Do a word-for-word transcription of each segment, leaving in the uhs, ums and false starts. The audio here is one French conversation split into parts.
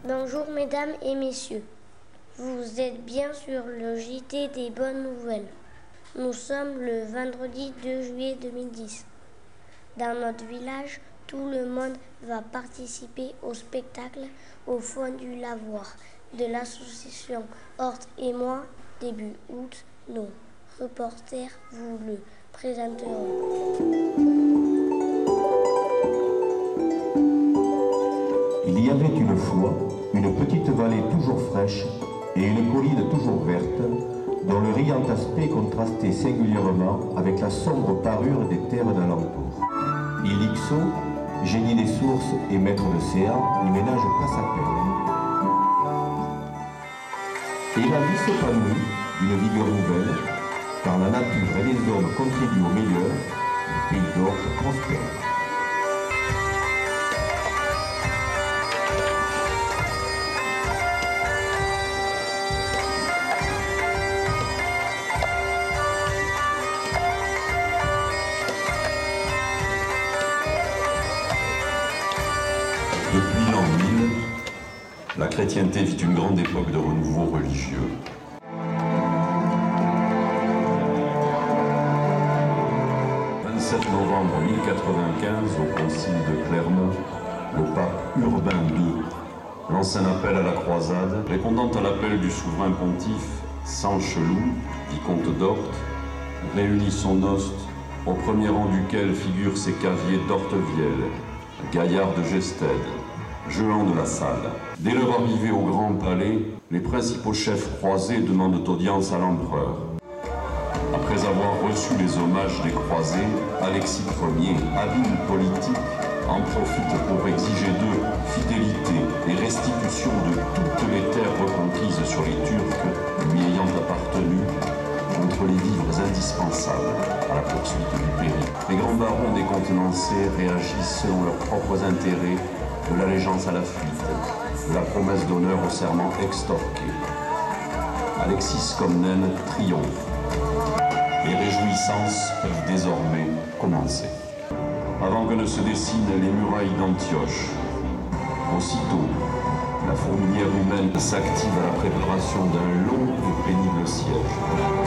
Bonjour mesdames et messieurs, vous êtes bien sur le J T des bonnes nouvelles. Nous sommes le vendredi deux juillet deux mille dix. Dans notre village, tout le monde va participer au spectacle au fond du lavoir de l'association Horte et moi début août. Nos reporters vous le présenteront. Il y avait une fois une petite vallée toujours fraîche et une colline toujours verte, dont le riant aspect contrastait singulièrement avec la sombre parure des terres d'alentour. Ilixo, génie des sources et maître de Céa, n'y ménage pas sa peine. Et la vie s'épanouit d'une vigueur nouvelle, car la nature et les hommes contribuent au meilleur, le pays d'Orge prospère. Depuis l'an mille, la chrétienté vit une grande époque de renouveau religieux. vingt-sept novembre mille quatre-vingt-quinze, au concile de Clermont, le pape Urbain deux lance un appel à la croisade, répondant à l'appel du souverain pontife Sanchelou, vicomte d'Orte, réunit son hoste, au premier rang duquel figurent ses caviers d'Ortevielle, Gaillard de Gested, Jehan de la Salle. Dès leur arrivée au Grand Palais, les principaux chefs croisés demandent audience à l'empereur. Après avoir reçu les hommages des croisés, Alexis Ier, habile politique, en profite pour exiger d'eux fidélité et restitution de toutes les terres reconquises sur les Turcs lui ayant appartenu, contre les vivres indispensables à la poursuite du périple. Les grands barons décontenancés réagissent selon leurs propres intérêts, de l'allégeance à la fuite, de la promesse d'honneur au serment extorqué. Alexis Comnène triomphe. Les réjouissances peuvent désormais commencer. Avant que ne se dessinent les murailles d'Antioche, aussitôt, la fourmilière humaine s'active à la préparation d'un long et pénible siège.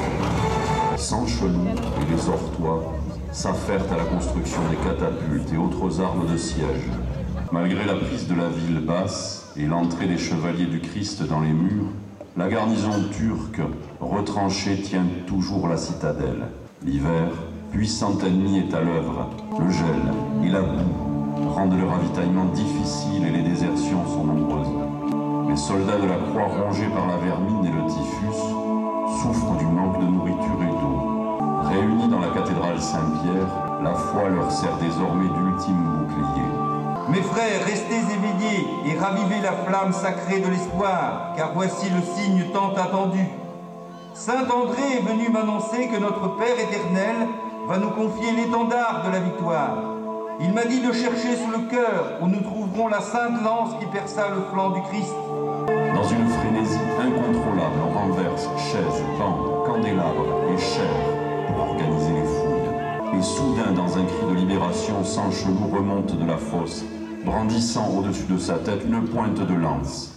Sanchelou et les Ortois s'affairent à la construction des catapultes et autres armes de siège. Malgré la prise de la ville basse et l'entrée des chevaliers du Christ dans les murs, la garnison turque, retranchée, tient toujours la citadelle. L'hiver, puissant ennemi est à l'œuvre. Le gel et la boue rendent le ravitaillement difficile et les désertions sont nombreuses. Les soldats de la Croix, rongés par la vermine et le typhus, souffrent du manque de nourriture et d'eau. Réunis dans la cathédrale Saint-Pierre, la foi leur sert désormais d'ultime bouclier. Mes frères, restez éveillés et ravivez la flamme sacrée de l'espoir, car voici le signe tant attendu. Saint André est venu m'annoncer que notre Père éternel va nous confier l'étendard de la victoire. Il m'a dit de chercher sous le cœur où nous trouverons la sainte lance qui perça le flanc du Christ. Dans une frénésie incontrôlable, on renverse chaises, bancs, candélabres et chairs pour organiser les fouilles. Et soudain, dans un cri de libération, Sanchelou remonte de la fosse, brandissant au-dessus de sa tête une pointe de lance.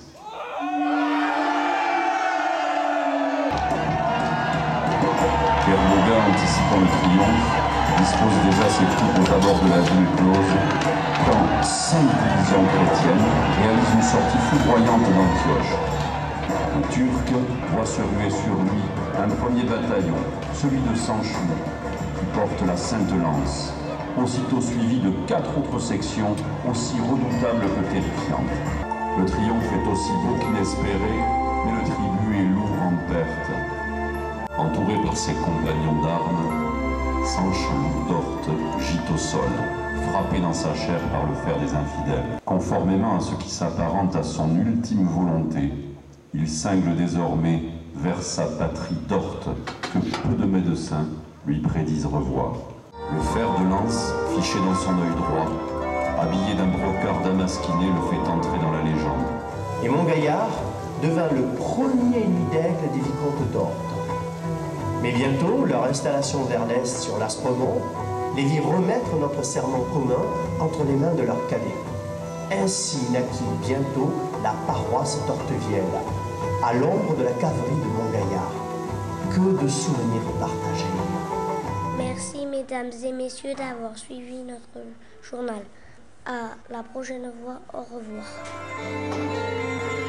Kerboga, anticipant le triomphe, dispose déjà ses troupes aux abords de la ville close, quand cinq divisions chrétiennes réalisent une sortie foudroyante d'Antioche. Le Turc voit se ruer sur lui un premier bataillon, celui de Sanchelou, qui porte la Sainte Lance, aussitôt suivi de quatre autres sections aussi redoutables que terrifiantes. Le triomphe est aussi beau qu'inespéré, mais le tribut est lourd en perte. Entouré par ses compagnons d'armes, Sanchelou d'Orte gît au sol, frappé dans sa chair par le fer des infidèles. Conformément à ce qui s'apparente à son ultime volonté, il cingle désormais vers sa patrie d'Orte que peu de médecins lui prédisent revoir. Le fer de lance, fiché dans son œil droit, habillé d'un brocart damasquiné, le fait entrer dans la légende. Et Montgaillard devint le premier nid d'aigle des vicomtes d'Orte. Mais bientôt, leur installation vers l'est sur l'Aspremont les vit remettre notre serment commun entre les mains de leurs cadets. Ainsi naquit bientôt la paroisse d'Ortevielle, à l'ombre de la caverie de Montgaillard. Que de souvenirs partagés. Merci mesdames et messieurs d'avoir suivi notre journal. À la prochaine fois, au revoir.